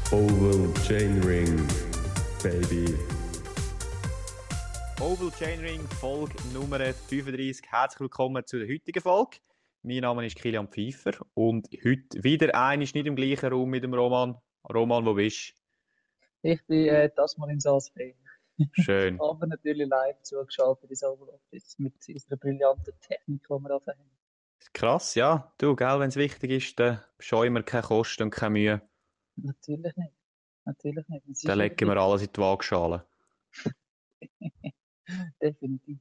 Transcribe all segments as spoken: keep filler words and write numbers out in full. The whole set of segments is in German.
Oval Chainring, baby. Oval Chainring, Folge Nummer fünfunddreißig. Herzlich willkommen zu der heutigen Folge. Mein Name ist Kilian Pfeiffer und heute wieder ein ist nicht im gleichen Raum mit dem Roman. Roman, wo bist du? Ich bin äh, das mal in Salzburg. Schön. Aber natürlich live zugeschaltet ins Oval Office mit unserer brillanten Technik, die wir da haben. Krass, ja. Du, gell, wenn es wichtig ist, dann scheuen wir keine Kosten und keine Mühe. Natürlich nicht. Natürlich nicht. Es ist Dann legen wir alles in die Waagschale. definitiv.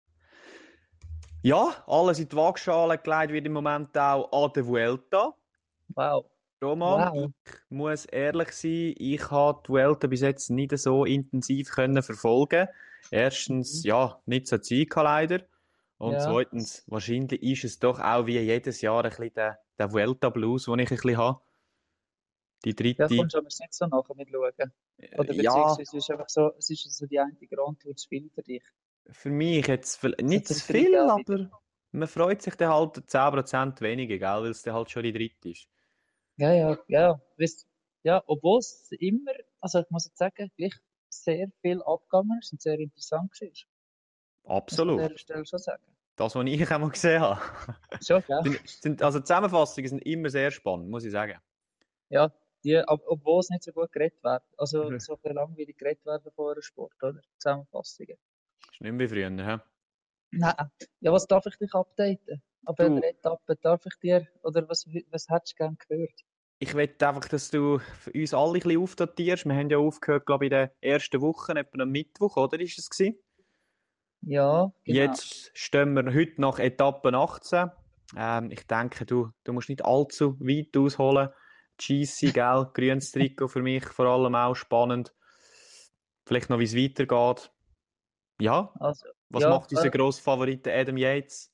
Ja, alles in die Waagschale gelegt wird im Moment auch an der Vuelta. Wow. Roman, Wow. ich muss ehrlich sein, ich habe die Vuelta bis jetzt nicht so intensiv können verfolgen. Erstens, Mhm. ja, nicht so Zeit gehabt, leider. Und Ja. zweitens, wahrscheinlich ist es doch auch wie jedes Jahr ein bisschen der, der Vuelta-Blues, den ich ein bisschen habe. Die dritte. Ja, kommst du aber nicht so nachher mit schauen. Oder ja, beziehungsweise es ist einfach so, es ist so die eine Grand Tour zu viel für dich. für mich jetzt viel- nicht zum zu viel, dritten auch aber man freut sich dann halt zehn Prozent weniger, gell, weil es dann halt schon die dritte ist. Ja, ja, ja. Weißt, ja, obwohl es immer, also ich muss jetzt sagen, gleich sehr viel abgegangen ist und sehr interessant war. Muss man an Absolut. dieser Stelle schon sagen. Das, was ich auch mal gesehen habe. Schon, gell? Sind- sind, also Zusammenfassungen sind immer sehr spannend, muss ich sagen. Ja, die, ob, obwohl es nicht so gut geredet wird. Also so viel langweilig geredet werden von eurem Sport, oder? Zusammenfassungen. Ist nicht mehr wie früher, hä? Nein. Ja, was darf ich dich updaten? Ab Du- welcher Etappe darf ich dir, oder was, was hättest du gerne gehört? Ich möchte einfach, dass du für uns alle ein bisschen aufdatierst. Wir haben ja aufgehört, glaube ich, in den ersten Wochen, etwa am Mittwoch, oder ist es gewesen? Ja, genau. Jetzt stehen wir heute nach Etappe achtzehn. Ähm, ich denke, du, du musst nicht allzu weit ausholen. G C, gell, grünes Trikot für mich vor allem auch spannend. Vielleicht noch, wie es weitergeht. Ja, Also, was ja, macht unser äh, grosser Favorit Adam Yates?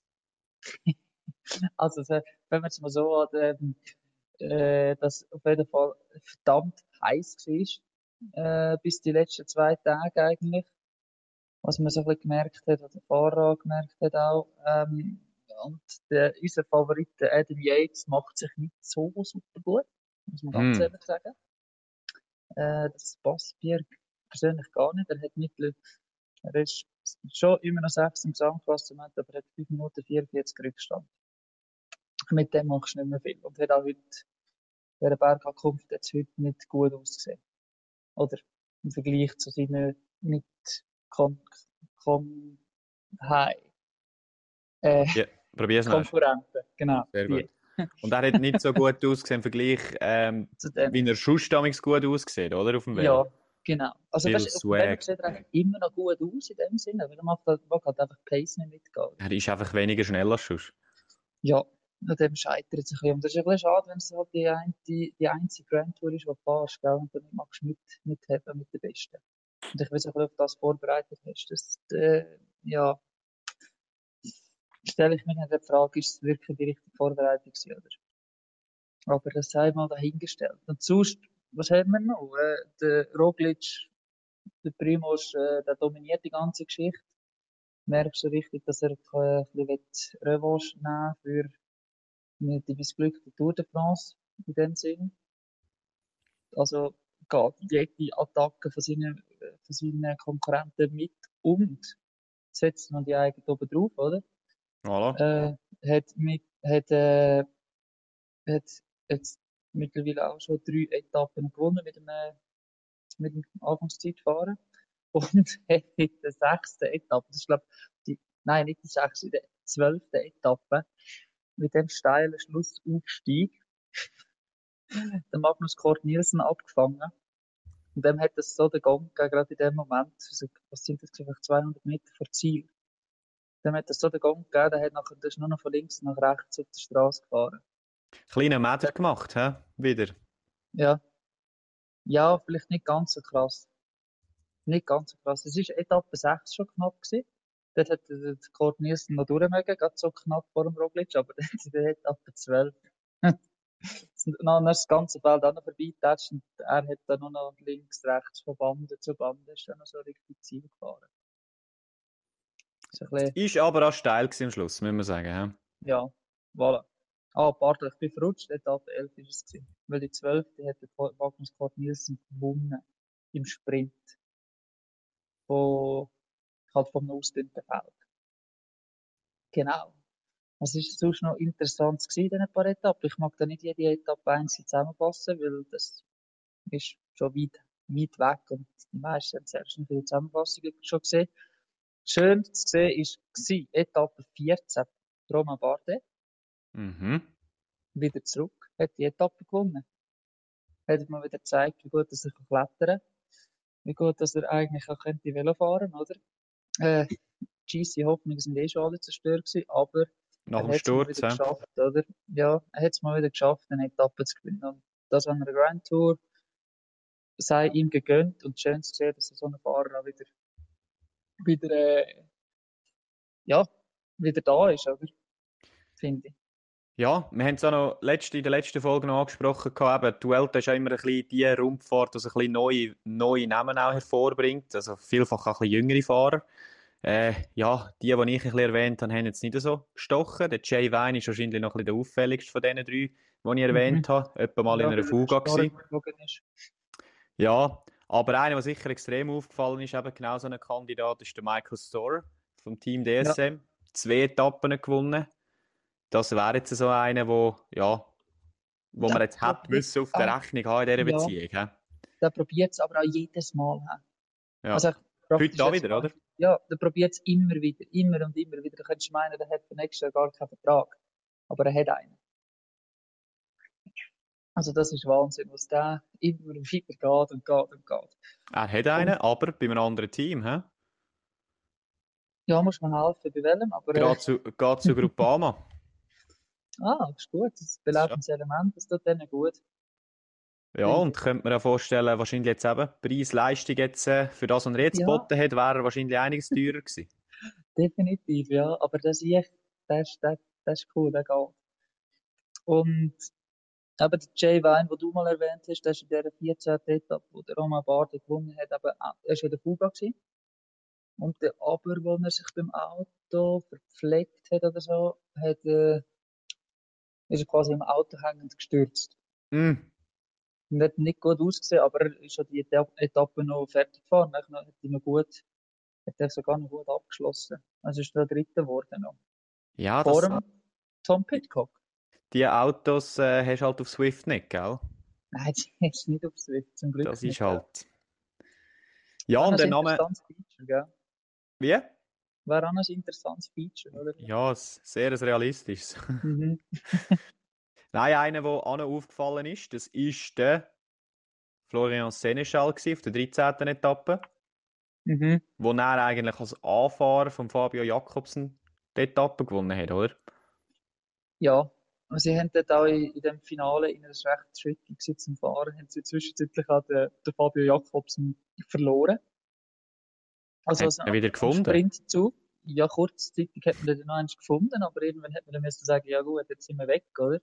also so, wenn wir es mal so an, ähm, äh, dass auf jeden Fall verdammt heiß war, äh, bis die letzten zwei Tage eigentlich. Was man so ein bisschen gemerkt hat, oder der Fahrer gemerkt hat auch. Ähm, und der, unser Favorit, der Adam Yates, macht sich nicht so super gut, muss man ganz Hm. ehrlich sagen. Äh, das passt mir persönlich gar nicht. Er hat mittel, er ist schon immer noch sechs im Gesamtklassement, aber er hat fünf Minuten vierundvierzig Rückstand. Mit dem machst du nicht mehr viel. Und hat auch heute, bei der Bergankunft jetzt heute nicht gut ausgesehen. Oder im Vergleich zu seinen mit Kon Kon Hi. Äh, Ja, probier's noch. Konkurrenten, genau. Sehr die. gut. Und er hat nicht so gut ausgesehen im Vergleich, ähm, Zu dem. wie er sonst damals gut aussieht, oder? Auf dem Velo. Ja, genau. Also, Viel weißt, auf dem Velo Swag. sieht er eigentlich immer noch gut aus in dem Sinne, weil er macht halt, mag halt einfach Pace nicht mitgehen. Er ist einfach weniger schnell als sonst. Ja, an dem scheitert es ein bisschen. Und das ist ein bisschen schade, wenn es halt die, ein, die, die einzige Grand Tour ist, die du fährst, gell? Und dann magst du mit, mitheben mit den Besten. Und ich weiß auch, ob du das vorbereitet hast. Das, äh, ja, stelle ich mir dann die Frage, ist es wirklich die richtige Vorbereitung gewesen, oder? Aber das sei mal dahingestellt. Und sonst, was haben wir noch? Äh, der Roglic, der Primož, äh, der dominiert die ganze Geschichte. Merkst du richtig, dass er äh, ein bisschen Revanche nehmen will für mit die missglückte Tour de France in dem Sinn. Also geht jede Attacke von seinen, äh, von seinen Konkurrenten mit und setzt noch die eigene oben drauf, oder? Voilà. Äh, hat mit, hat, äh, hat jetzt mittlerweile auch schon drei Etappen gewonnen mit dem, äh, mit dem Anfangszeitfahren. Und hat in der sechsten Etappe, das ist glaube die, nein, nicht die sechste, in der zwölften Etappe, mit dem steilen Schlussaufstieg, der Magnus Kort Nielsen abgefangen. Und dem hat es so den Gong gegeben, gerade in dem Moment, also, was sind das, vielleicht zweihundert Meter vor Ziel. Dem hat es so den Gong gegeben, der hat nachher, der ist nur noch von links nach rechts auf der Straße gefahren. Kleiner Meter gemacht, hä? Wieder. Ja. Ja, vielleicht nicht ganz so krass. Nicht ganz so krass. Es war Etappe sechs schon knapp gewesen. Dort hat der der Kurt Nielsen noch durchmögen, gerade so knapp vor dem Roglic, aber dann in der Etappe zwölf. Dann ist das ganze Feld auch noch vorbeigetatscht und er hat dann nur noch links, rechts von Bande zu Bande, ist dann noch so Richtung Ziel gefahren. So ein bisschen, Ist aber auch steil gewesen am Schluss, müssen wir sagen, hä? ja, voilà. Ah, pardon, ich bin verrutscht, Etappe elf war es gewesen. Weil die zwölfte hat der Magnus Cort Nielsen gewonnen im Sprint von, halt vom ausgedünnten Feld. Genau. Was ist sonst noch interessant gewesen in diesen paar Etappen? Ich mag da nicht jede Etappe einzeln zusammenfassen, weil das ist schon weit, weit weg und die meisten haben selbst nicht viele Zusammenfassungen schon gesehen. Schön zu sehen war Etappe vierzehn, Romain Bardet, Mhm. wieder zurück, hat die Etappe gewonnen. Hat mal wieder gezeigt, wie gut dass er kann klettern kann, wie gut dass er eigentlich auch könnte Velo fahren, oder? Äh, G C Hoffnungen sind eh schon alle zerstört gewesen, aber Nach er dem hat es mal Sturz, wieder hä? geschafft, oder? Ja, er hat es mal wieder geschafft, eine Etappe zu gewinnen. Und das an einer Grand Tour sei ihm gegönnt und schön zu sehen, dass so ein Fahrer auch wieder, wieder, äh, ja, wieder da ist, oder? Finde ich. Ja, wir haben es auch noch letzte, in der letzten Folge noch angesprochen. Gehabt, eben, die Vuelta ist ja immer ein bisschen die Rundfahrt, die so ein bisschen neue, neue Namen auch hervorbringt. Also vielfach auch ein bisschen jüngere Fahrer. Äh, ja, die, die ich ein bisschen erwähnt habe, haben jetzt nicht so gestochen. Der Jay Vine ist wahrscheinlich noch ein bisschen der auffälligste von diesen drei, die ich Mhm. erwähnt habe. Etwa mal in Ja, einer weil er Fuga stark gewesen. geflogen ist. Ja, aber einer, der sicher extrem aufgefallen ist, eben genau so ein Kandidat, ist der Michael Storer vom Team Ja, D S M. Zwei Etappen gewonnen. Das wäre jetzt so einer, wo, ja, wo der man jetzt hätte probiert müssen auf der auch, Rechnung haben in dieser ja, Beziehung. Hä? der probiert es aber auch jedes Mal. He. Ja. Also ich Heute praktisch auch jetzt wieder, mal, oder? ja, der probiert es immer wieder, immer und immer wieder. Du könntest meinen, der hat für nächstes Jahr gar keinen Vertrag. Aber er hat einen. Also das ist Wahnsinn, was der immer weiter geht und geht und geht. Er hat einen, Und aber bei einem anderen Team. Hä? ja, muss man helfen bei welchem, aber äh, Geht zu, geht zu Groupama. ah, ist gut, das ist ein Das ist ja, belebendes Element, das tut denen gut, ja, finde und ich. könnte man ja vorstellen, wahrscheinlich jetzt eben, Preis-Leistung jetzt, äh, für das, was er jetzt Ja, geboten hat, wäre er wahrscheinlich einiges teurer gewesen. definitiv, ja, aber das ist, das ist, das, das ist cool, der geht. Und aber der Jay Vine, den du mal erwähnt hast, der ist in dieser vierzehnten Etappe, wo der Romain Bardet gewonnen hat, aber auch- er war in der Fuga gewesen. Und der aber, wo er sich beim Auto verpflegt hat oder so, hat, äh, ist er quasi im Auto hängend gestürzt. Mm. Und hat nicht gut ausgesehen, aber er ist ja die Eta- Etappe noch fertig gefahren. Dann hat er noch gut, hat er sogar noch gut abgeschlossen. Also ist er Dritter geworden noch. Ja, Vor das, dem Tom Pidcock. die Autos äh, hast du halt auf Swift nicht, gell? Nein, die ist nicht auf Swift, zum Glück Das ist nicht, ja. halt. Ja, War und noch der ein Name. interessantes Feature, gell? Wie? War auch noch ein interessantes Feature, oder? Ja, s- sehr ein realistisches. Mhm. Nein, einer, der auch noch aufgefallen ist, das ist der Florian Sénéchal gewesen, auf der dreizehnten Etappe, Mhm. wo er eigentlich als Anfahrer von Fabio Jakobsen die Etappe gewonnen hat, oder? Ja, und sie haben dort auch in, in dem Finale, in einer recht schwierige gewesen zum Fahren, haben sie zwischenzeitlich auch den, den Fabio Jakobsen verloren. Also, Haben also wir am, wieder am gefunden. Sprintzug. Ja, kurzzeitig hat man den noch eins gefunden, aber irgendwann hat man dann müssen sagen, ja gut, jetzt sind wir weg, oder?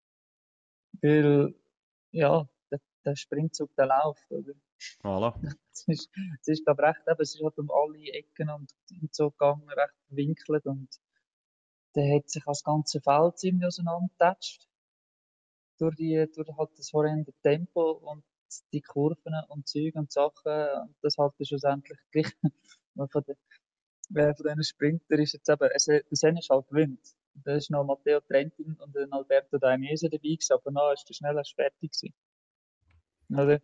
Weil, ja, der, der Sprintzug, der läuft, oder? Voilà. Es ist, es ist, glaube ich, recht, eben, es ist halt um alle Ecken und, und so gegangen, recht verwinkelt und der hat sich das ganze Feld ziemlich auseinandergetatscht. Durch die, durch halt das horrende Tempo und die Kurven und Züge und Sachen. Und das halt dann schlussendlich gleich von, den, äh, von diesen Sprinter ist jetzt eben, es, der Seneschal gewinnt. Da ist noch Matteo Trentin und ein Alberto Dainese dabei gewesen, aber noch ist der schnell erst fertig gewesen. Oder?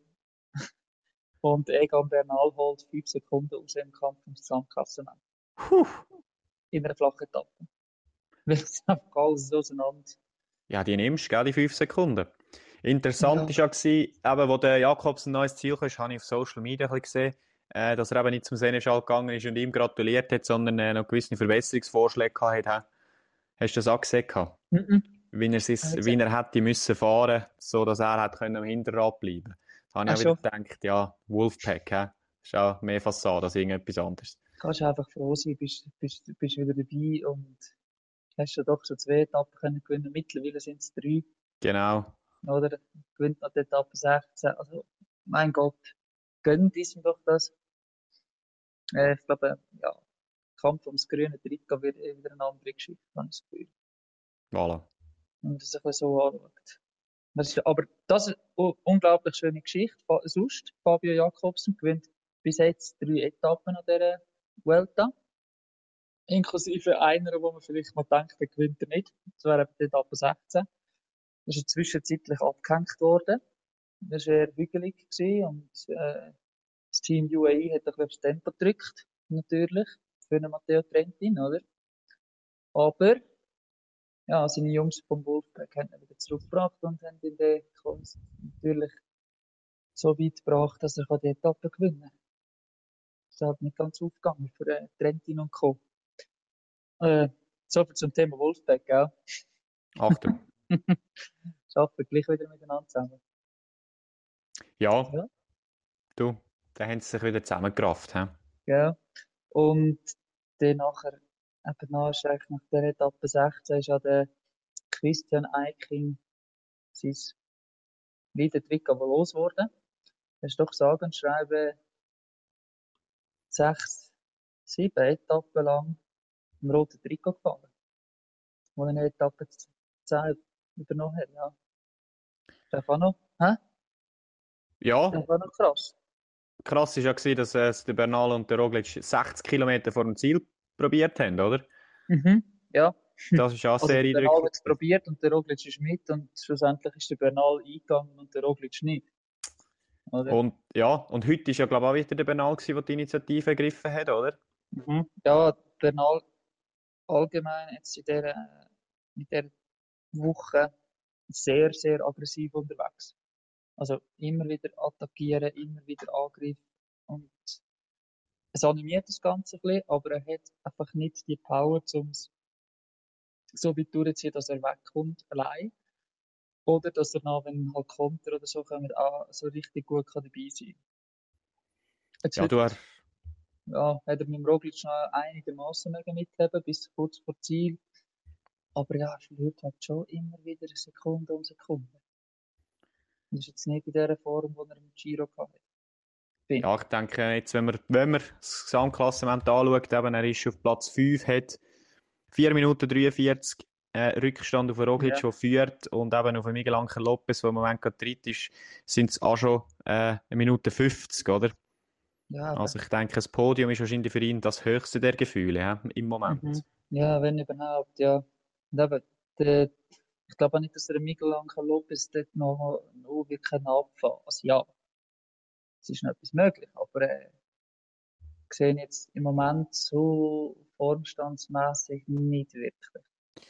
Und Egan Bernal holt fünf Sekunden aus dem Kampf ums Gesamtklassement. Puh. In einer flachen Etappe. Weil es einfach alles auseinander. Ja, die nimmst du, gell, die fünf Sekunden. Interessant Ja. war ja, gewesen, eben, wo der Jakobsen neues Ziel kam, habe ich auf Social Media ein bisschen gesehen, äh, dass er eben nicht zum Seneschal gegangen ist und ihm gratuliert hat, sondern äh, noch gewisse Verbesserungsvorschläge gehabt hat. Hast du das auch gesehen? Gehabt? Mhm. Wie er, Habe sis, ich wie gesehen. er hätte müssen fahren, so dass er hätte können am Hinterrad bleiben. Da habe ich Ach auch wieder schon. gedacht, ja, Wolfpack, hä? Ist auch mehr Fassade als irgendetwas anderes. Kannst du einfach froh sein, bist, bist, bist wieder dabei und hast du doch schon zwei Etappen können gewinnen. Mittlerweile sind es drei, Genau. oder? Gewinnt noch die Etappe sechzehn. Also, mein Gott, gönnt diesem doch das. Äh, ich glaube, ja, Kampf ums grüne Trikot wird eh wieder eine andere Geschichte, habe ich das Gefühl. Voilà. wenn man das ein bisschen so anschaut. Das ist, aber das ist eine unglaublich schöne Geschichte. Fa- Sonst, Fabio Jakobsen gewinnt bis jetzt drei Etappen an dieser Vuelta. Inklusive einer, wo man vielleicht mal denkt, der gewinnt er nicht. Das wäre eben die Etappe sechzehn. Das ist zwischenzeitlich abgehängt worden. Das war eher hügelig gewesen und äh, das Team U A E hat ein bisschen aufs Tempo gedrückt, natürlich, für einen Matteo Trentin, oder? Aber ja, seine Jungs vom Wolfpack haben ihn wieder zurückgebracht und haben ihn dann quasi natürlich so weit gebracht, dass er die Etappe gewinnen kann. Das ist halt nicht ganz aufgegangen für äh, Trentin und Co. Äh, so viel zum Thema Wolfpack, gell? Achtung. Schaffen wir gleich wieder miteinander zusammen. Ja, Ja, du, da haben sie sich wieder zusammengerafft. He? gell? Und dann nachher, eben nach, ist eigentlich nach der Etappe sechzehn, ist ja der Christian Eiking sein wieder Trikot los geworden. Er ist doch sage und schreibe sechs, sieben Etappen lang im roten Trikot gefahren. Wo er eine Etappe zehn übernommen hat, ja. Das war noch, hä? Ja, Das war noch krass. krass war ja, gewesen, dass äh, der Bernal und der Roglic sechzig Kilometer vor dem Ziel probiert haben, oder? Mhm, ja. Das ist auch Also sehr der Bernal hat eindrücklich. es probiert und der Roglic ist mit und schlussendlich ist der Bernal eingegangen und der Roglic nicht. Oder? Und ja, und heute ist ja, glaube ich, auch wieder der Bernal gewesen, der die Initiative ergriffen hat, oder? Mhm. Ja, Bernal allgemein jetzt in dieser, in dieser Woche sehr, sehr aggressiv unterwegs. Also immer wieder attackieren, immer wieder angreifen. Und es animiert das Ganze ein bisschen, aber er hat einfach nicht die Power, um es so weit durchzuziehen, dass er wegkommt, allein. Oder dass er noch, wenn halt Konter oder so kommen, auch so richtig gut kann dabei sein kann. Jetzt Ja, heute du, er, ja, hat er mit dem Roglic noch einigermaßen mitheben, bis kurz vor Ziel. Aber ja, er verliert halt schon immer wieder Sekunde um Sekunde. Das ist jetzt nicht in der Form, die er im Giro hatte. ja, ich denke, jetzt, wenn man, wenn man das Gesamtklassement anschaut, eben, er ist auf Platz fünf, hat vier Minuten dreiundvierzig äh, Rückstand auf den Roglic, Ja, der führt, und eben auf den Miguel Angel Lopez, der im Moment gerade dritt ist, sind es auch schon äh, eine Minute fünfzig, oder? ja, aber Also ich denke, das Podium ist wahrscheinlich für ihn das höchste der Gefühle, ja, im mhm. Moment. Ja, wenn überhaupt, ja. Und eben, der, ich glaube auch nicht, dass der Miguel Angel Lopez dort noch, noch wirklich abfahren. Also ja, es ist noch etwas möglich, aber äh, ich sehe ihn jetzt im Moment so formstandsmässig nicht wirklich.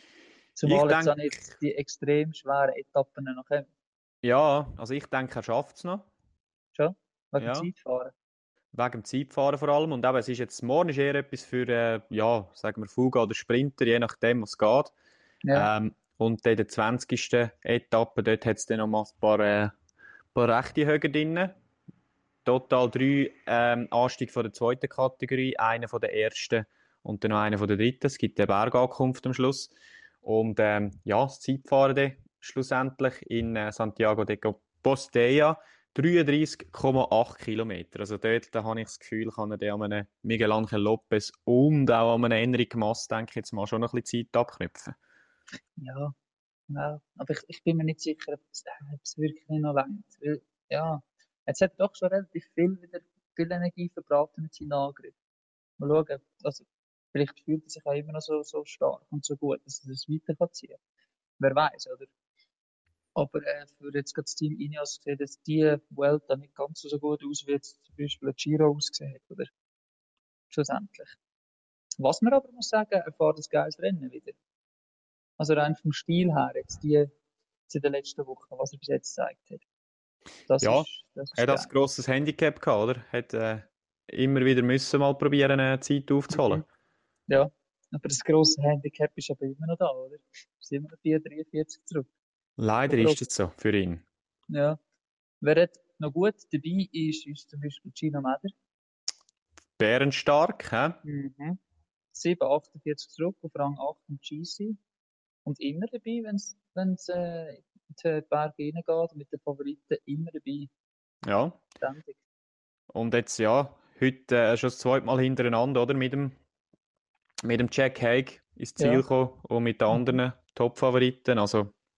Ich Zumal jetzt denke, auch nicht die extrem schweren Etappen noch kommen. ja, also ich denke, er schafft es noch. Schon? Wegen Ja, Zeitfahren. wegen dem Zeitfahren vor allem. Und eben, es ist jetzt, morgen ist eher etwas für, äh, ja, sagen wir Fuga oder Sprinter, je nachdem, was geht. Ja, Ähm, und dann in der zwanzigsten Etappe, dort hat es dann noch mal ein paar, äh, paar rechte Höhe drin. Total drei ähm, Anstieg von der zweiten Kategorie, einer von der ersten und dann noch einer von der dritten. Es gibt eine Bergankunft am Schluss. Und ähm, ja, das Zeitfahren dann schlussendlich in äh, Santiago de Compostela, dreiunddreißig Komma acht Kilometer. Also dort, da habe ich das Gefühl, kann er dann an einem Miguel Angel Lopez und auch an einem Enric Mas, denke ich jetzt mal, schon noch ein bisschen Zeit abknüpfen. ja, ja. Aber ich, ich bin mir nicht sicher, ob es, ob es wirklich noch langt. Weil, ja, jetzt hat er doch schon relativ viel, wieder, viel Energie verbraten mit seinen Angriffen. Mal schauen, also, vielleicht fühlt er sich auch immer noch so, so stark und so gut, dass er das weiter kann ziehen. Wer weiß, oder? Aber äh, für jetzt gerade das Team Ineos sieht jetzt die Vuelta nicht ganz so gut aus, wie jetzt zum Beispiel ein Giro ausgesehen hat, oder? Schlussendlich. Was man aber muss sagen, er fährt ein geiles Rennen wieder. Also rein vom Stil her, jetzt die jetzt in den letzten Wochen, was er bis jetzt gezeigt hat. Das Ja, ist, das er ist hat das geil. grosses Handicap gehabt, oder? Hat äh, immer wieder müssen mal probieren, eine Zeit aufzuholen. Mhm. Ja, aber das grosse Handicap ist aber immer noch da, oder? Wir sind immer noch vier dreiundvierzig zurück. Leider Aber ist okay. es so für ihn. Ja. Wer jetzt noch gut dabei ist, ist zum Beispiel Gino Meder. Bärenstark, hä? Mhm. sieben achtundvierzig zurück auf Rang acht im G C. Und immer dabei, wenn es äh, in die Berge reingeht, mit den Favoriten immer dabei. Ja. Ständig. Und jetzt, ja, heute äh, schon das zweite Mal hintereinander, oder? Mit dem, mit dem Jack Haig ins Ziel Ja. gekommen und mit den Mhm. anderen Top-Favoriten. Also,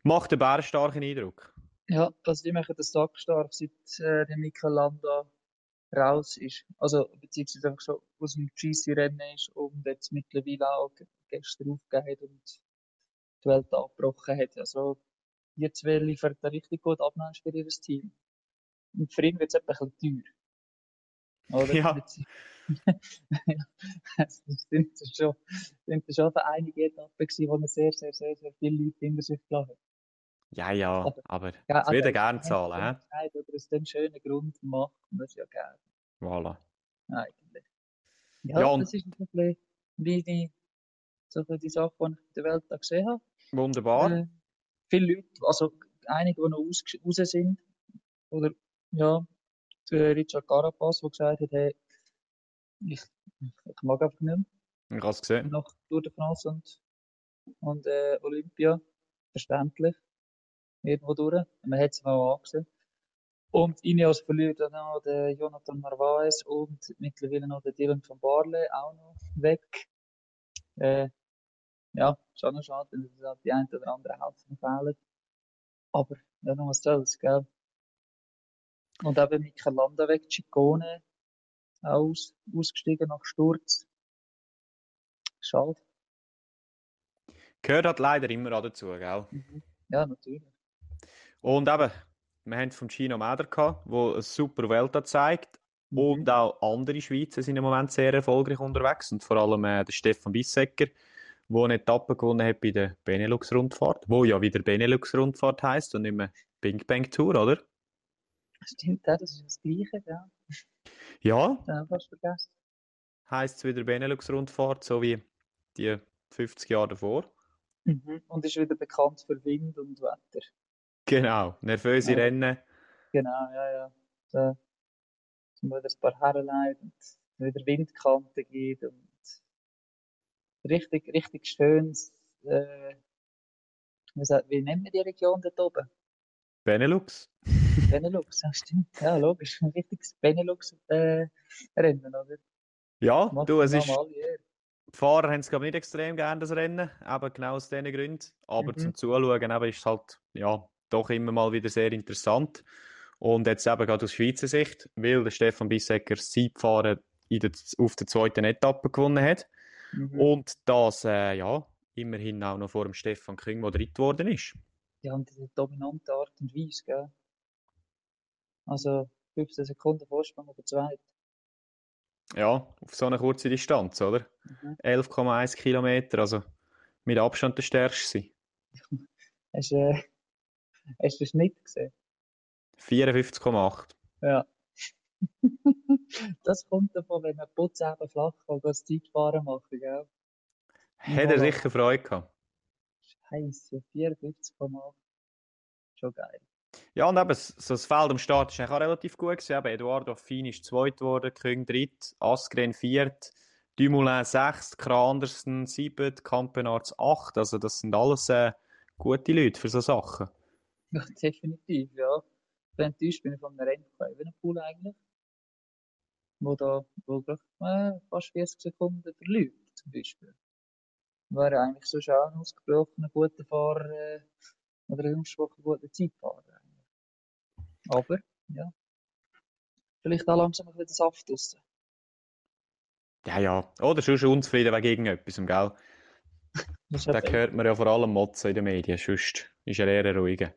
Macht einen bärenstarken Eindruck. Ja, also die machen den Sack stark, seit äh, der Mikel Landa raus ist. Also, beziehungsweise einfach schon aus dem G C-Rennen ist und jetzt mittlerweile auch ge- gestern aufgegeben hat und die Welt abgebrochen hat. Also, die zwei liefern da richtig gut Abnahme für ihr Team. Und für ihn wird es etwas ein bisschen teuer, oder? Ja, Mit sich- Ja, es sind schon, sind schon einige Etappen gewesen, wo er sehr, sehr, sehr, sehr viele Leute hinter sich gelassen hat. ja, ja, Aber aber ja, das also würde er aus gerne dem zahlen, hä? Entscheid oder aus dem schönen Grund macht man es ja gerne, Voilà. eigentlich. Ja, Ja, und das ist so ein bisschen wie die, so ein bisschen die Sache, die ich in der Welt da gesehen habe. wunderbar. Äh, viele Leute, also einige, die noch raus, raus sind, oder ja, der Richard Carapaz, der gesagt hat, hey, ich, ich mag einfach nicht mehr Ich habe es gesehen. nach Tour de France und, und äh, Olympia. Verständlich, irgendwo durch. Man hat es mal angesehen. Und Ineos verliert dann noch der Jonathan Narvaez und mittlerweile noch der Dylan van Baarle auch noch weg. Äh, ja, ist auch noch schade, wenn da die ein oder andere Hälfte fehlen. Aber ja, noch was soll's, gell? Und eben Mikel Landa weg, Ciccone aus, ausgestiegen nach Sturz. Schade. Gehört halt leider immer auch dazu, gell? Mhm. Ja, natürlich. Und eben, wir haben vom Gino Mäder gehabt, der eine super Welt zeigt. Mhm. Und auch andere Schweizer sind im Moment sehr erfolgreich unterwegs. Und vor allem äh, der Stefan Bissecker, der eine Etappe gewonnen hat bei der Benelux-Rundfahrt. Wo ja wieder Benelux-Rundfahrt heisst und nicht mehr Bing Bang Tour, oder? Stimmt, ja, das ist das Gleiche, ja. Ja, Das habe ich fast vergessen. heisst es wieder Benelux-Rundfahrt, so wie die fünfzig Jahre davor. Mhm. Und ist wieder bekannt für Wind und Wetter. Genau, nervöse Also, Rennen. genau, ja, ja. Da sind wieder ein paar Herrenleute und wieder Windkante gibt und richtig, richtig schönes, äh, wie, sagt, wie nennt man die Region dort oben? Benelux. Benelux, ja, stimmt. Ja, logisch. Ein richtiges Benelux-Rennen, oder? Ja, Macht du, dem es Namen ist. alle Ehre. Die Fahrer haben es, glaube ich, nicht extrem gerne, das Rennen. Eben genau aus diesen Gründen. Aber Mhm. zum Zuschauen eben, ist es halt, ja, doch immer mal wieder sehr interessant. Und jetzt eben gerade aus Schweizer Sicht, weil der Stefan Bissecker das Zeitfahren in der, auf der zweiten Etappe gewonnen hat. Mhm. Und das, äh, ja, immerhin auch noch vor dem Stefan Küng moderiert worden ist. Die haben diese dominante Art und Weise, gell? Also fünfzehn Sekunden Vorsprung auf der zweiten. Ja, auf so eine kurze Distanz, oder? Mhm. elf Komma eins Kilometer, also mit Abstand der stärkste sein. Hast du äh, hast du den Schnitt gesehen? vierundfünfzig Komma acht. Ja. Das kommt davon, wenn man Putz eben flach kann, das Zeitfahren machen, gell? In Hat er Holland. sicher Freude gehabt. Scheiße, vierundfünfzig Komma acht. Schon geil. Ja, und eben, so das Feld am Start ist eigentlich auch relativ gut gewesen. Eben, Eduardo Affini ist zweit geworden, Küng dritt, Asgren viert, Dumoulin sechst, Krandersen siebent, Campenarts acht. Also das sind alles äh, gute Leute für so Sachen. Ja, definitiv, ja. Ich bin enttäuscht bin ich von einem Rennen von Evenepoel eigentlich, wo da wo gleich, äh, fast vierzig Sekunden verliert, zum Beispiel. Wäre eigentlich so schon ein ausgebrochener guter Fahrer äh, oder ein ausgesprochen guter Zeitfahrer. Eigentlich. Aber, ja, vielleicht auch langsam ein bisschen Saft raus. Ja, ja. Oder sonst unzufrieden wegen irgendetwas, gell? Das ist ja Da besser. hört man ja vor allem Motzen in den Medien, sonst ist er eher ruhiger.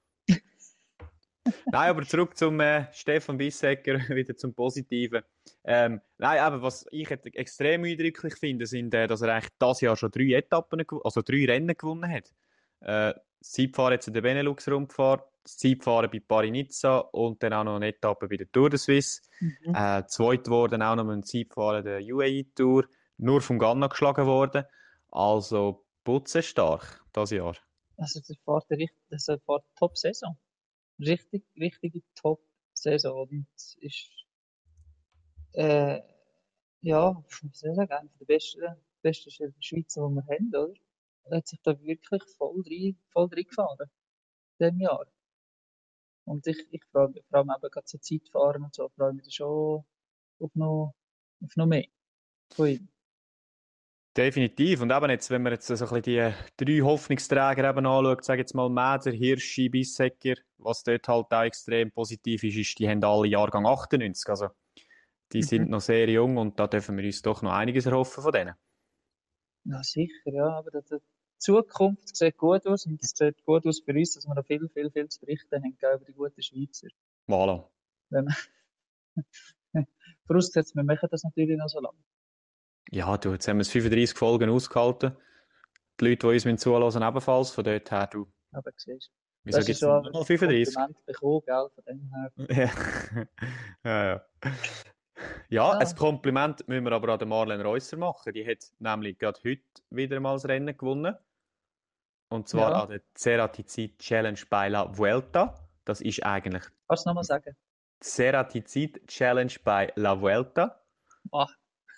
Nein, aber zurück zum äh, Stefan Bissecker, wieder zum Positiven. Ähm, nein, aber was ich jetzt extrem eindrücklich finde, sind, äh, dass er eigentlich das Jahr schon drei Etappen, gew- also drei Rennen gewonnen hat. Äh, das Zeitfahren jetzt in der Benelux-Rundfahrt, das Zeitfahren bei Paris-Nizza und dann auch noch eine Etappe bei der Tour de Suisse. Mhm. Äh, zweit worden auch noch mit dem Zeitfahren der U A E-Tour, nur vom Ganna geschlagen worden. Also putzenstark das Jahr. Also, das fährt eine richt- das fährt eine Top-Saison. Richtig, richtige Top-Saison. Und ist, äh, ja, wie soll ich sagen, einer der besten, besten Schweizer, die wir haben, oder? Er hat sich da wirklich voll rein, voll reingefahren, in diesem Jahr. Und ich, ich freue mich, vor allem eben gerade so Zeitfahren und so, freue mich da schon auf noch, auf noch mehr von ihm. Definitiv. Und eben jetzt, wenn man jetzt so ein bisschen die drei Hoffnungsträger eben anschaut, sage jetzt mal Mäder, Hirschi, Bissecker, was dort halt auch extrem positiv ist, ist, die haben alle Jahrgang achtundneunzig. Also die Mhm. sind noch sehr jung und da dürfen wir uns doch noch einiges erhoffen von denen. Ja, sicher, ja. Aber die, die Zukunft sieht gut aus und es sieht gut aus für uns, dass wir noch viel, viel, viel zu berichten haben, gell, über die guten Schweizer. Voilà. Wenn wir, vorausgesetzt, wir machen das natürlich noch so lange. Ja, du, jetzt haben wir es fünfunddreissig Folgen ausgehalten. Die Leute, die uns müssen zuhören, ebenfalls. Von dort her, du, Aber siehst du, wieso hast ja gibt es schon nicht mal ein fünfunddreissig? Kompliment bekommen, gell, von dem her. Ja. Ja, ja. Ja, ein Ja, Kompliment müssen wir aber an der Marlene Reusser machen. Die hat nämlich gerade heute wieder mal das Rennen gewonnen. Und zwar ja. an der Ceratizid Challenge bei La Vuelta. Das ist eigentlich Kannst du nochmal sagen? Ceratizid Challenge bei La Vuelta. Ah,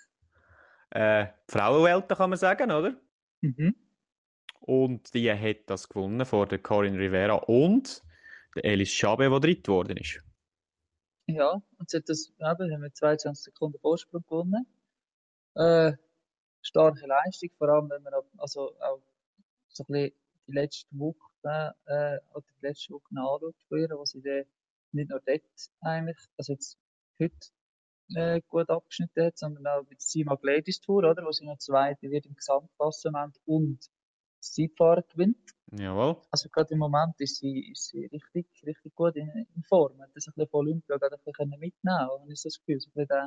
Äh, Frauenwelta kann man sagen, oder? mhm. Und die hat das gewonnen vor der Corinne Rivera und der Elis Chabe, der dritt geworden ist. Ja, und sie hat das, eben, haben wir zweiundzwanzig Sekunden Vorsprung gewonnen. Äh, starke Leistung, vor allem wenn man auch- also auch so ein bisschen die letzte Woche, äh, oder die letzte Woche anschaut von ihr, wo sie dann nicht nur dort eigentlich, also jetzt heute äh, gut abgeschnitten hat, sondern auch bei der C-Mag Ladies Tour, oder, wo sie noch Zweite wird im Gesamtklassement und das Zeitfahren gewinnt. Jawohl. Also gerade im Moment ist sie, ist sie richtig, richtig gut in, in Form. Hat das ein bisschen von Olympia gerade ein bisschen mitnehmen können, habe ich so das Gefühl, so ein bisschen der,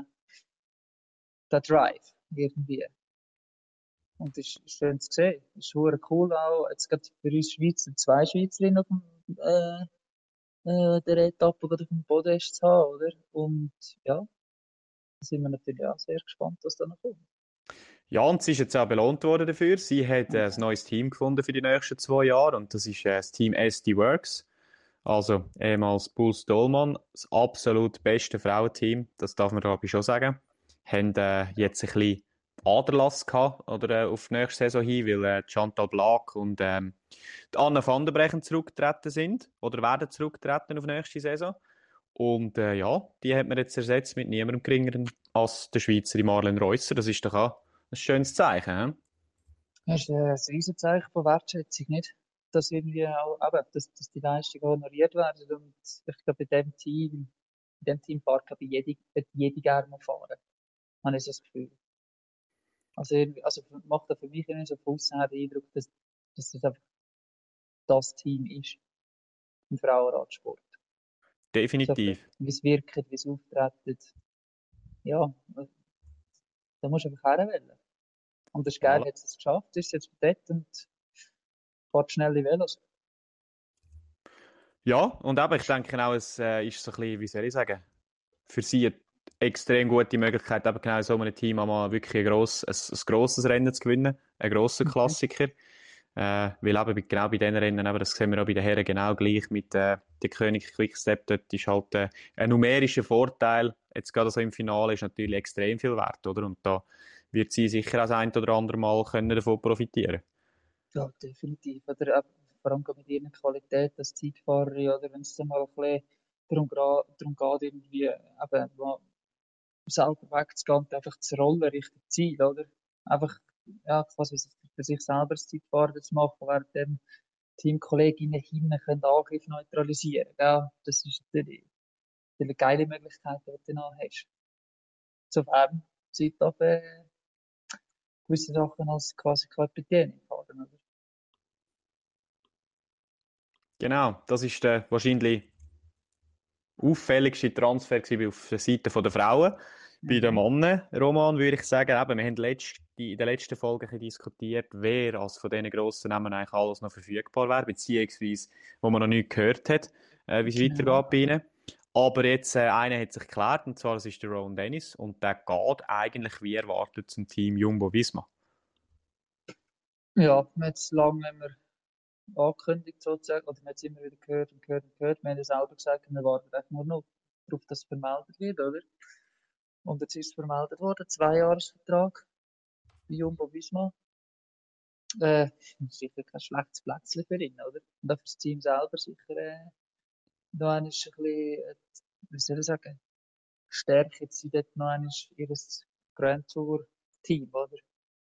der Drive irgendwie. Und das ist schön zu sehen. Das ist hure cool auch. Jetzt gerade für uns Schweizer zwei Schweizerinnen auf dem, äh, äh, der Etappe gerade auf dem Podest zu haben, oder? Und ja, da sind wir natürlich auch sehr gespannt, was da noch kommt. Ja, und sie ist jetzt auch belohnt worden dafür. Sie hat äh, ein neues Team gefunden für die nächsten zwei Jahre und das ist äh, das Team S D Works. Also ehemals Puls Dollmann, das absolut beste Frauenteam, das darf man glaube ich schon sagen. Haben äh, jetzt ein bisschen Aderlass gehabt oder, äh, auf die nächste Saison hin, weil äh, Chantal Blaak und ähm, die Anna van der Brechen zurückgetreten sind oder werden zurücktreten auf nächste Saison. Und äh, ja, die hat man jetzt ersetzt mit niemandem geringeren als der Schweizer Marlene Reusser. Das ist doch auch ein schönes Zeichen. He? Das ist äh, ein Riesenzeichen von Wertschätzung, nicht? Dass irgendwie auch, eben, dass, dass die Leistungen honoriert werden. Und ich glaube, in dem Team, in dem Team fährt, glaube ich, jede, wird jede gerne mal fahren. Habe ich so das Gefühl. Also, irgendwie, also macht da für mich irgendwie so von außen her den Eindruck, dass, dass das einfach das Team ist im Frauenradsport. So, Definitiv. wie es wirkt, wie es auftritt. Ja, da musst du einfach herwählen. Und das ist geil, Voilà. hat es geschafft, ist jetzt dort und fährt schnelle Velos. Ja, und eben, ich denke auch, es äh, ist so ein bisschen, wie soll ich sagen, für sie eine extrem gute Möglichkeit, eben genau in so einem Team einmal wirklich ein, gross, ein, ein grosses Rennen zu gewinnen, ein grosser Mhm. Klassiker. Äh, weil eben bei- genau bei diesen Rennen, eben, das sehen wir auch bei den Herren genau gleich mit äh, der König Quickstep, dort ist halt äh, ein numerischer Vorteil, jetzt gerade so im Finale, ist natürlich extrem viel wert, oder? Und da wird sie sicher auch das ein oder andere Mal können davon profitieren. Ja, definitiv. Oder eben, vor allem gerade mit ihrer Qualität als Zeitfahrerin, oder wenn es dann mal ein bisschen darum, gra- darum geht, irgendwie eben mal selber wegzugehen und einfach zu rollen Richtung Ziel, oder? Einfach, ja, quasi für sich selber das Zeitfahren zu machen, während dem Teamkolleginnen hinten können den Angriff neutralisieren. Ja, das ist natürlich, natürlich eine geile Möglichkeit, die du dann hast. Sofern Zeit auf äh, gewisse Sachen als quasi Kapitän fahren, oder? Genau, das ist der wahrscheinlich auffälligste Transfer gewesen auf der Seite der Frauen. Bei den Mhm. Männern, Roman, würde ich sagen, eben, wir haben letzt, in der letzten Folge ein bisschen diskutiert, wer als von diesen grossen Namen eigentlich alles noch verfügbar wäre, beziehungsweise wo man noch nichts gehört hat, äh, wie es Genau. weitergeht bei ihnen. Aber jetzt, äh, einer hat sich geklärt, und zwar das ist der Rowan Dennis, und der geht eigentlich wie erwartet zum Team Jumbo-Visma. Ja, wir haben es lange immer angekündigt sozusagen, oder man hat es immer wieder gehört und gehört und gehört. Wir haben ja selber gesagt, wir warten echt nur noch darauf, dass es vermeldet wird, oder? Und jetzt ist es vermeldet worden, Zweijahresvertrag bei Jumbo Visma. Äh, sicher kein schlechtes Plätzchen für ihn, oder? Und auch für das Team selber sicher äh, noch einmal ein bisschen, äh, wie soll ich sagen, gestärkt jetzt sie dort noch einmal ihr Grand Tour Team, oder?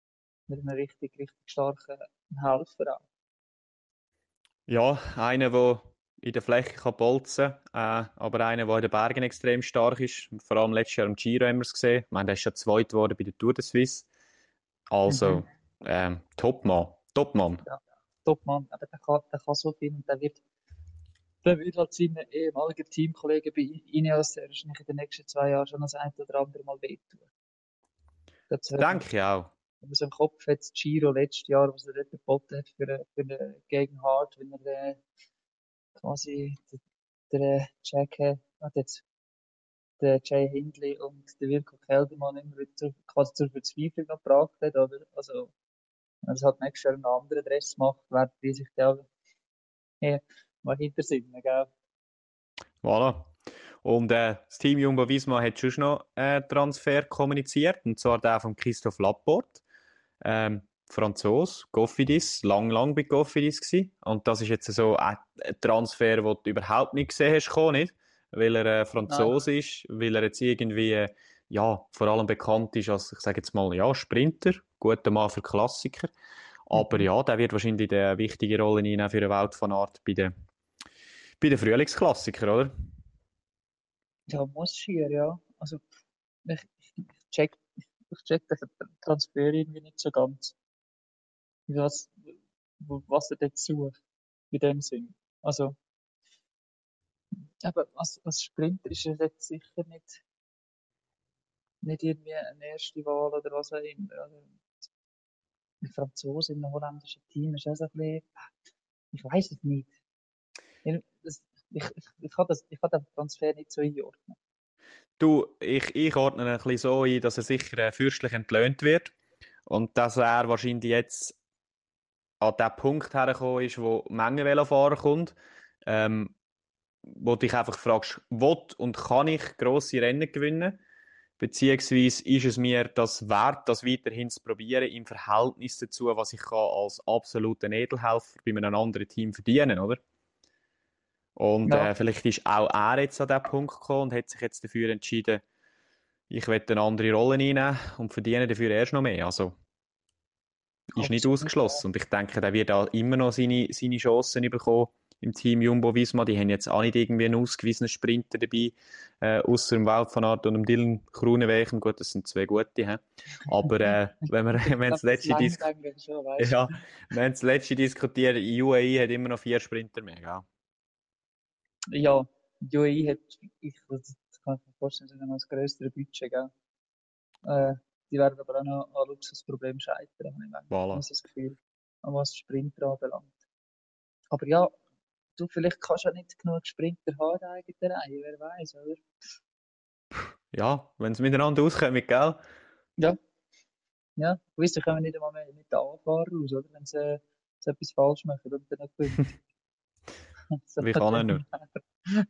mit einem richtig, richtig starken Helfer auch. Ja, einer, der in der Fläche kann bolzen kann, äh, aber einer, der in den Bergen extrem stark ist. Vor allem letztes Jahr im Giro haben wir es gesehen. Ich meine, der ist ja zweit geworden bei der Tour de Suisse. Also, Mhm. ähm, Topmann. Topmann. Ja, Topmann, aber der kann, der kann so viel und der wird, der wird halt seinen ehemaligen Teamkollegen bei Ineos sehr wahrscheinlich in den nächsten zwei Jahren schon das ein oder andere Mal wehtun. Das, Das wenn man, denke ich auch. wenn man so im Kopf hat, das Giro letztes Jahr, was er dort geboten hat für, eine- für eine gegen Hart, wenn er äh, quasi der, der Jack, äh, hat jetzt der Jay Hindley und der Wilco Kelderman immer wieder zur, quasi zur Verzweiflung noch gebracht hat, oder? Also, wenn es halt nächstes Jahr einen anderen Dress macht, werden die sich da äh, mal hinter sind, gell? Voilà. Und äh, das Team Jumbo-Visma hat schon noch einen Transfer kommuniziert, und zwar der von Christophe Laporte. Ähm, Franzos, Cofidis, lang, lang bei Cofidis gsi. Und das ist jetzt so ein Transfer, den du überhaupt nicht gesehen hast, kommen, nicht? Weil er äh, Nein. Franzos ist, weil er jetzt irgendwie, äh, ja, vor allem bekannt ist als, ich sage jetzt mal, ja, Sprinter, guter Mann für Klassiker. Aber Mhm. ja, der wird wahrscheinlich eine wichtige Rolle einnehmen für eine Welt von Art bei den, bei den Frühlingsklassikern, oder? Ja, muss schier, ja. Also, ich, ich, ich check, ich, ich check den Transfer irgendwie nicht so ganz. Was, was er dort sucht, in dem Sinn. Also, aber als, als Sprinter ist er jetzt sicher nicht, nicht irgendwie eine erste Wahl oder was auch immer. Also, ein Franzose in einem holländischen Team ist auch so ein bisschen, ich weiß es nicht. Ich, das, ich, ich, ich kann das, ich kann den Transfer nicht so einordnen. Du, ich, ich ordne ihn ein bisschen so ein, dass er sicher äh, fürstlich entlöhnt wird und dass er wahrscheinlich jetzt an den Punkt hergekommen ist, wo Menge Velofahrer kommt, ähm, wo du dich einfach fragst, will und kann ich grosse Rennen gewinnen? Beziehungsweise ist es mir das wert, das weiterhin zu probieren im Verhältnis dazu, was ich kann als absoluter Edelhelfer bei einem anderen Team verdienen, oder? Und Ja, äh, vielleicht ist auch er jetzt an diesen Punkt gekommen und hat sich jetzt dafür entschieden, ich will eine andere Rolle einnehmen und verdiene dafür erst noch mehr. Also, ist nicht absolut, ja. ausgeschlossen. Und ich denke, der wird auch immer noch seine, seine Chancen bekommen im Team Jumbo-Visma. Die haben jetzt auch nicht irgendwie einen ausgewiesenen Sprinter dabei, äh, außer dem Wout van Aert und dem Dylan Groenewegen. Gut, das sind zwei gute. He? Aber äh, wenn wir Ich wenn das glaube, das letzte langt Dis eigentlich schon, weißt ja, wenn das letzte diskutieren, U A E hat immer noch vier Sprinter mehr, gell? du. Ja, U A E hat, ich, das kann ich mir vorstellen, sie haben noch das größere Budget, gell? Äh, die werden aber auch noch an Luxusproblemen scheitern, habe ich manchmal Voilà. so das Gefühl, an was Sprinter anbelangt. Aber ja, du, vielleicht kannst du ja nicht genug Sprinter haben in der eigenen Reihe, wer weiß, oder? Ja, wenn sie miteinander auskommen, gell? Ja, ja. Gewiss, kommen nicht einmal mehr mit den Anfahrer raus, oder? Wenn sie, äh, sie etwas falsch machen und dann nicht gewinnen. So, Wie von kann er dem nur? her.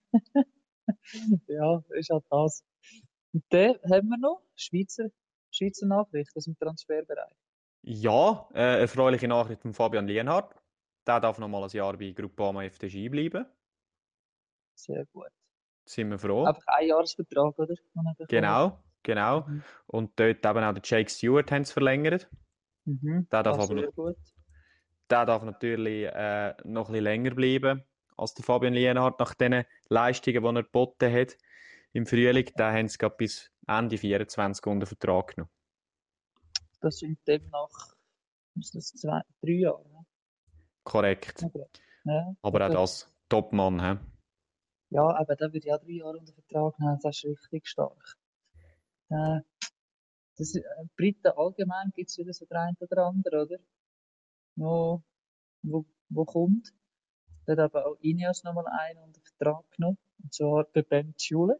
Ja, ist halt das. Und dann haben wir noch Schweizer, Schweizer Nachrichten aus dem Transferbereich. Ja, äh, erfreuliche Nachricht von Fabian Lienhardt. Der darf noch mal ein Jahr bei Groupama F D J bleiben. Sehr gut. Sind wir froh. Einfach ein Jahresvertrag, oder? Den er bekommen hat. Genau, genau. Mhm. Und dort eben auch der Jake Stewart haben sie verlängert. Mhm. Der darf Ah, aber noch, sehr gut. der darf natürlich äh, noch ein bisschen länger bleiben als der Fabian Lienhardt nach den Leistungen, die er geboten hat im Frühling. Da haben sie gerade bis Ende vierundzwanzig unter Vertrag genommen. Das sind demnach ist das zwei, drei Jahre. Ne? Korrekt. Okay. Ja, Aber auch aber, das Topmann. He? ja, aber da würde ich auch drei Jahre unter Vertrag nehmen. Das ist richtig stark. Äh, das, äh, Briten allgemein gibt es wieder so der ein oder andere, oder? Wo, wo, wo kommt. Da hat aber auch Ineos nochmal einen unter Vertrag genommen. Und zwar der Ben Hewlett.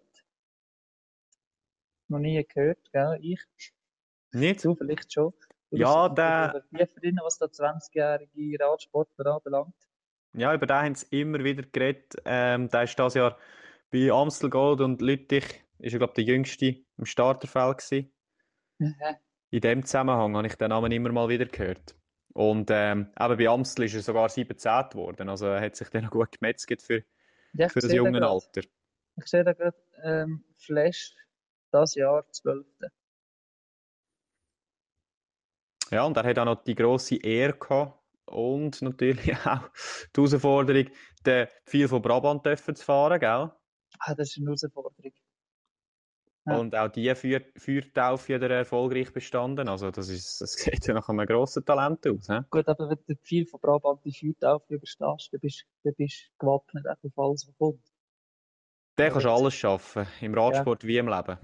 Noch nie gehört, gell? Ich. Nicht? Du vielleicht schon. Du bist Ja, natürlich der, aber tiefer drin, was da zwanzigjährige Radsportler anbelangt. ja, über den haben sie immer wieder geredet. Ähm, der ist dieses Jahr bei Amstel Gold und Lüttich, ist er, glaube ich, der jüngste im Starterfeld gewesen. Mhm. In dem Zusammenhang habe ich den Namen immer mal wieder gehört. Und ähm, eben bei Amstel ist er sogar siebzehnte geworden. Also er hat sich dann noch gut gemetzelt für, Ja, für ich das sehe da junge gerade. Alter. Ich sehe da gerade ähm, Flash das Jahr zwölfte. Ja, und er hat auch noch die grosse Ehre gehabt und natürlich auch die Herausforderung, den Pfeil von Brabant dürfen zu fahren, gell? Ah, das ist eine Herausforderung. Ja. Und auch die Feuer Feuertaufe hat er erfolgreich bestanden. Also das ist, das sieht ja nach einem grossen Talent aus. He? Gut, aber wenn du viel von Brabant die Feuertaufe überstehst, dann bist dann bist du gewappnet auch auf alles, was kommt. Der Aber kannst jetzt, alles schaffen, im ja, Radsport wie im Leben.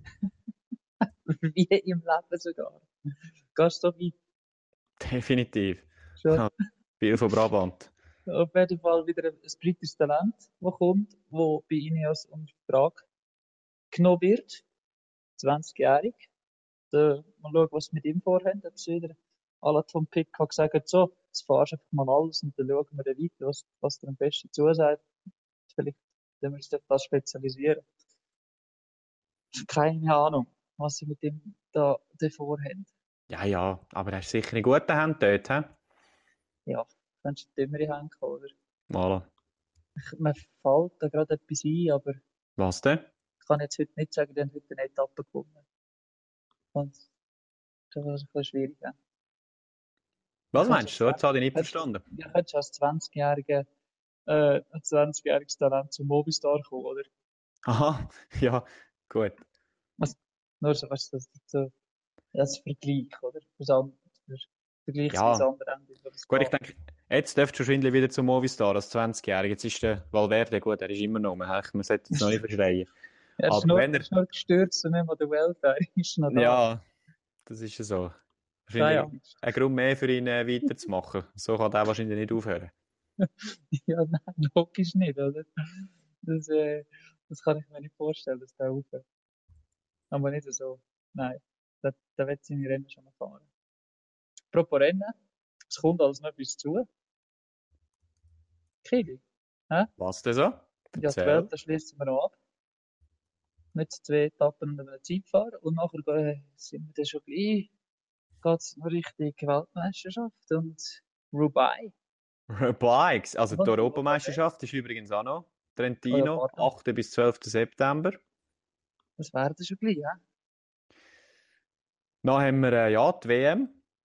wie im Leben sogar. Gehst du so weit Definitiv. schon? Ja, viel von Brabant. Auf jeden Fall wieder ein, ein britisches Talent, das kommt, das bei Ineos unter Vertrag genommen wird. zwanzigjährig. Äh, Mal schauen, was sie mit ihm vorhaben. Ob sie wieder alle Tom Pick hat gesagt, so, jetzt fahrst du einfach mal alles und dann schauen wir dann weiter, was, was dir am besten zusagt. Vielleicht können wir uns auf das spezialisieren. Keine Ahnung, was sie mit ihm da, da vorhaben. Ja, ja, aber er ist sicher in guten Händen dort. He? Ja, kannst du dümmer hängen, oder? Voilà. Ich, mir fällt da gerade etwas ein, aber Was denn? ich kann jetzt heute nicht sagen, die haben heute eine Etappe gewonnen. Und das ist ein bisschen schwierig. Ja. Was Könntest meinst du? So, du jetzt habe ich nicht als, verstanden. ja, könntest du als zwanzigjähriger äh, ein zwanzigjähriges Talent zum Movistar kommen, oder? Aha, ja, gut. Was, nur so, was das so, als Vergleich, oder? Für andere, für vergleichsweise Ja, andere Ende von der gut, ich Skala. denke, jetzt dürftest du wahrscheinlich wieder zum Movistar als zwanzigjähriger. Jetzt ist der Valverde gut, er ist immer noch. Man sollte jetzt noch nicht verschreien. Er ist Aber nur, wenn er er, ist nur gestürzt und nicht mal der Weltcup ist noch da. ja, das ist ja so. Keine Wahrscheinlich Angst. ein Grund mehr für ihn äh, weiterzumachen. So kann er wahrscheinlich nicht aufhören. Ja, nein, logisch nicht, oder? Das, äh, das kann ich mir nicht vorstellen, dass der aufhört. Aber nicht so. Nein, der, der wird seine Rennen schon noch fahren. Apropos Rennen, es kommt alles noch etwas zu. Kili, hä? Was denn so? Ja, die Welt, Erzähl. da schließen wir noch ab. Mit zwei Etappen und einem Zeitfahren. Und nachher gehen- sind wir dann schon gleich, geht's noch Richtung Weltmeisterschaft und Roubaix. Bikes, also die Und Roubaix. Europameisterschaft ist übrigens auch noch. Oh ja, Trentino, pardon. achten bis zwölften September. Das wäre dann schon gleich, hä? Dann haben wir äh, ja, die W M,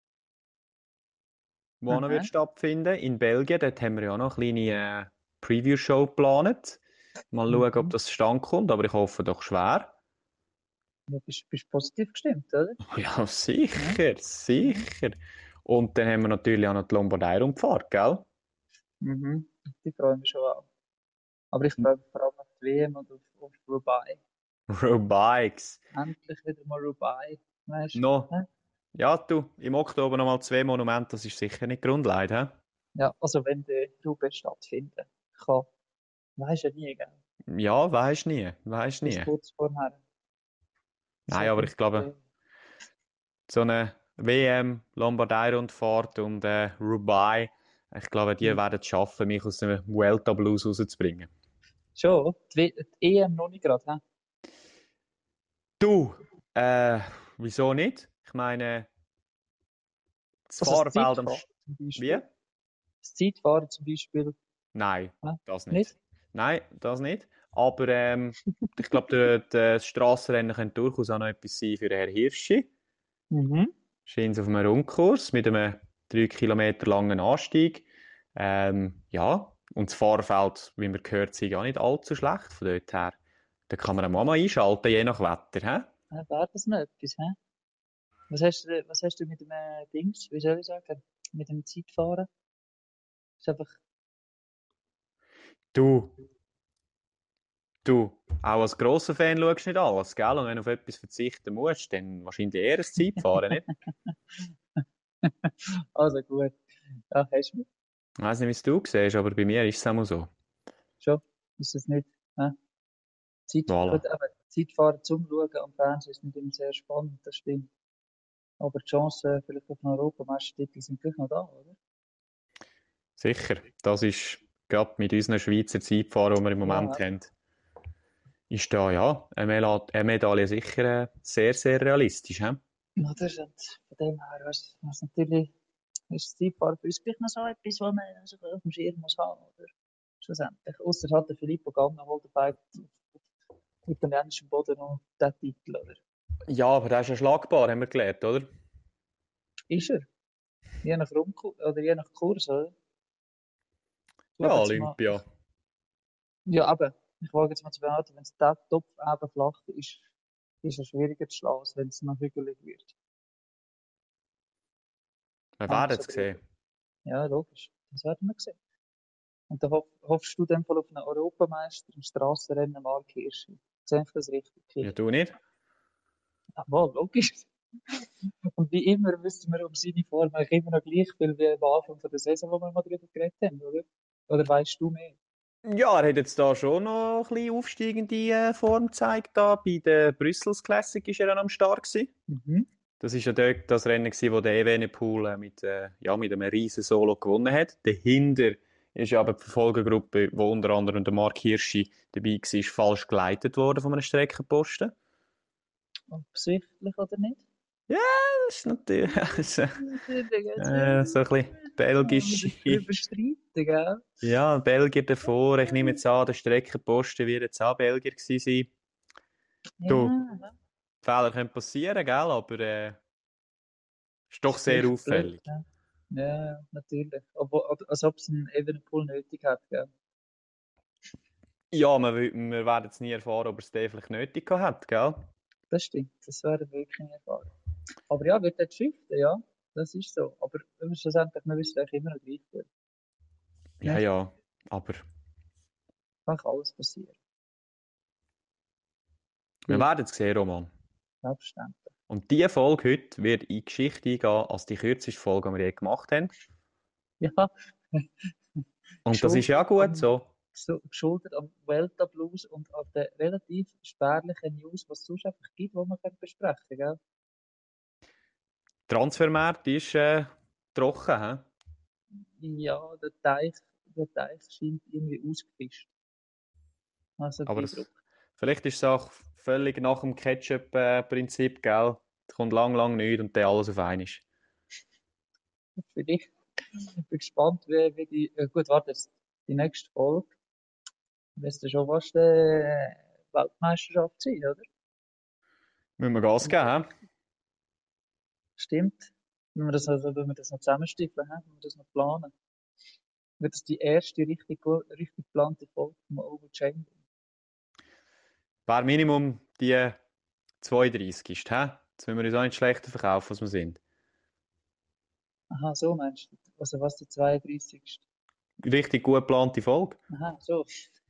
die auch noch wird Aha. stattfinden in Belgien. Dort haben wir ja auch noch eine kleine äh, Preview-Show geplant. Mal schauen, ob Mhm. das zustande kommt, aber ich hoffe doch schwer. Du bist, bist positiv gestimmt, oder? Ja, Ja. sicher, Ja. sicher. Und dann haben wir natürlich auch noch die Lombardei-Rundfahrt, gell? Mhm. Die freuen mich schon auch. Aber ich freue mich vor allem auf die W M und auf, auf Roubaix. Bikes. Endlich wieder mal Roubaix. Weißt No. du? Ja, du, im Oktober nochmal zwei Monumente, das ist sicher nicht Grundleid, hä? Ja, also wenn der Roubaix stattfinden kann, weiß ja nie, gell? Ja, weisst nie, weisst Bis nie. kurz vorher. Nein, So aber viel ich glaube, gesehen. so eine W M, Lombardei-Rundfahrt und äh, Roubaix, ich glaube, die Hm. werden es schaffen, mich aus dem Vuelta-Blues rauszubringen. Schon? Die, W- die E M noch nicht gerade, hä? Du, äh, wieso nicht? Ich meine, das Also das Fahrerfeld am... Zeitfahren Sch- zum Wie? Beispiel. Das Zeitfahren zum Beispiel. Nein, Hä? das Nicht? nicht. Nein, das nicht. Aber ähm, ich glaube, das Strassenrennen könnte durchaus auch noch etwas sein für den Herrn Hirschi. Mhm. Scheint auf einem Rundkurs mit einem drei Kilometer langen Anstieg. Ähm, ja, und das Fahrerfeld, wie man gehört, ist auch nicht allzu schlecht von dort her. Da kann man auch mal einschalten, je nach Wetter. He? Äh, Wäre das noch etwas, hä? Was hast du, was hast du mit dem äh, Dings, wie soll ich sagen, mit dem Zeitfahren? Ist einfach, Du, du, auch als grosser Fan schaust du nicht alles, gell? Und wenn du auf etwas verzichten musst, dann wahrscheinlich eher ein Zeitfahren, nicht? also gut. Ja, hast du mich. Ich weiss nicht, wie es du siehst, aber bei mir ist es auch so. Schon. Ist das nicht, hä? Zeit, Voilà. gut, aber Zeitfahren zum Schauen am Fernsehen ist nicht immer sehr spannend, das stimmt. Aber die Chancen vielleicht auf einen Europameistertitel sind gleich noch da, oder? Sicher. Das ist gerade mit unseren Schweizer Zeitfahrern, die wir im Moment Ja, haben, ist da ja eine Mela- eine Medaille sicher äh, sehr, sehr realistisch. He? oder? Und von dem her, was, was natürlich, ist das Zeitfahren für uns gleich noch so etwas, was man so auf dem Schirm muss haben, oder? Schlussendlich. Ausser hat der Filippo Ganna holt auf italienischem Boden noch den Titel, oder? Ja, aber der ist ja schlagbar, haben wir gelernt, oder? Ist er. Je nach Rumkurs, oder je nach Kurs, oder? Ich Ja, wage jetzt mal, Olympia. ja, aber ich wage jetzt mal zu behaupten, wenn es der Topf eben flach ist, ist er schwieriger zu schlagen, als wenn es noch hügelig wird. Wir Habe ich werden so es sehen. beobachtet. Ja, logisch. Das werden wir sehen. Und dann hoff, hoffst du in dem Fall auf einen Europameister im Strassenrennen Mark Hirschi. Sehe ich das richtig? Ja, du nicht? Jawohl, logisch. Und wie immer wissen wir um seine Form eigentlich immer noch gleich viel wie am Anfang von der Saison, wo wir mal darüber geredet haben, oder? Oder weißt du mehr? Ja, er hat jetzt da schon noch ein bisschen aufsteigende äh, Form gezeigt. Da. Bei der Brüssels Classic war er dann am Start gewesen. Mhm. Das war ja dort das Rennen, gewesen, wo der Evenepoel äh, mit, äh, ja, mit einem riesen Solo gewonnen hat. Dahinter ist aber die Verfolgergruppe, wo unter anderem der Mark Hirschi dabei war, falsch geleitet worden von einem Streckenposten. Absichtlich oder nicht? Das ist natürlich also, Natürlich, jetzt äh, so ein bisschen belgisch. drüber streiten, gell? Ja, Belgier davor. Ich nehme jetzt an, der Streckenposten wird jetzt auch Belgier gewesen sein. Du, Ja, Fehler können passieren, gell? Aber äh, ist doch sehr sicher auffällig. blöd, ja. Ja, natürlich. Aber, aber als ob es einen Evenepoel nötig hat, gell? Ja, wir, wir werden es nie erfahren, ob er es den vielleicht nötig gehabt hat, gell? Das stimmt, das wäre wirklich eine Erfahrung. Aber ja, wird dort schiften, ja, das ist so. Aber schlussendlich, wir wissen eigentlich immer noch gleich viel. Ja, Nicht? ja, aber Kann alles passieren, wir Ja. werden es sehen, Roman. selbstverständlich. Und diese Folge heute wird in die Geschichte eingehen als die kürzeste Folge, die wir je gemacht haben. Ja, Und das ist ja geschuldet gut am- so. so, geschuldet am Vuelta Blues und an den relativ spärlichen News, was es sonst einfach gibt, die man können besprechen kann, gell? Der Transfermarkt ist äh, trocken, hä? Ja, der Teich, der Teich scheint irgendwie ausgefischt. Also Aber der das, Eindruck. vielleicht ist es auch völlig nach dem Ketchup-Prinzip, gell? Es kommt lang, lang nichts und dann alles auf einmal. Vielleicht. Ich bin gespannt, wie, wie die. Äh, gut, warte, jetzt die nächste Folge. Müsste schon fast äh, Weltmeisterschaft sein, oder? Müssen wir Gas geben, hä? Stimmt. Wenn wir das, also, wenn wir das noch zusammenstipeln, hä? Wenn wir das noch planen. Wird das die erste richtig, gu- richtig geplante Folge vom Overchain? Wäre Minimum die zweiunddreißig ist, hä? Jetzt müssen wir uns auch nicht schlechter verkaufen, als wir sind. Aha, so meinst du. Also was die zweiunddreißigste Richtig gut geplante Folge. Aha, so.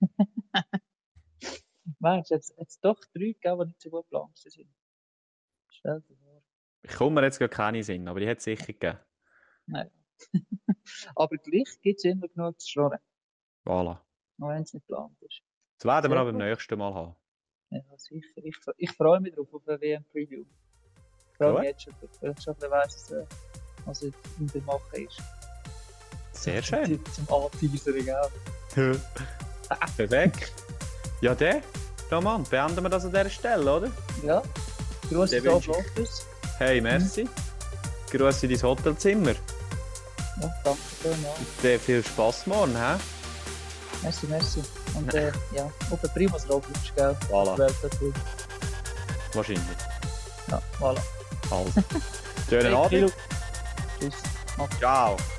Meinst du, jetzt, jetzt doch drei gegeben, die nicht so gut geplant sind? Stell dir vor. Ich komme mir jetzt gar keine Sinn, aber die hat es sicher gegeben. Nein. Aber gleich gibt es immer genug zu schnurren, Voilà. auch wenn es nicht geplant ist. Das werden wir Sehr aber beim gut. nächsten Mal haben. Ja, sicher. Ich, fre- ich freue mich drauf, auf eine W M-Preview. Ich freue Gut. mich jetzt schon drauf, weil ich schon ein bisschen weiss, was, äh, was ich in der Mache ist. Sehr schön. Zum Anteasern, gell? Perfekt. Ja, dann, Roman, beenden wir das an dieser Stelle, oder? Ja. Grüße Dann da wünsche ich- Loftus. Hey, merci. Grüße in dein Hotelzimmer. Ja, danke schön, ja. Sehr viel Spass morgen, hä? Merci, merci. Und äh, ja, auf ein Primus Roglic, gell? Voilà. Welt dazu. Wahrscheinlich. Ja, voilà. Also. Schönen Hey, Abend. Kilo. Tschüss. Ciao.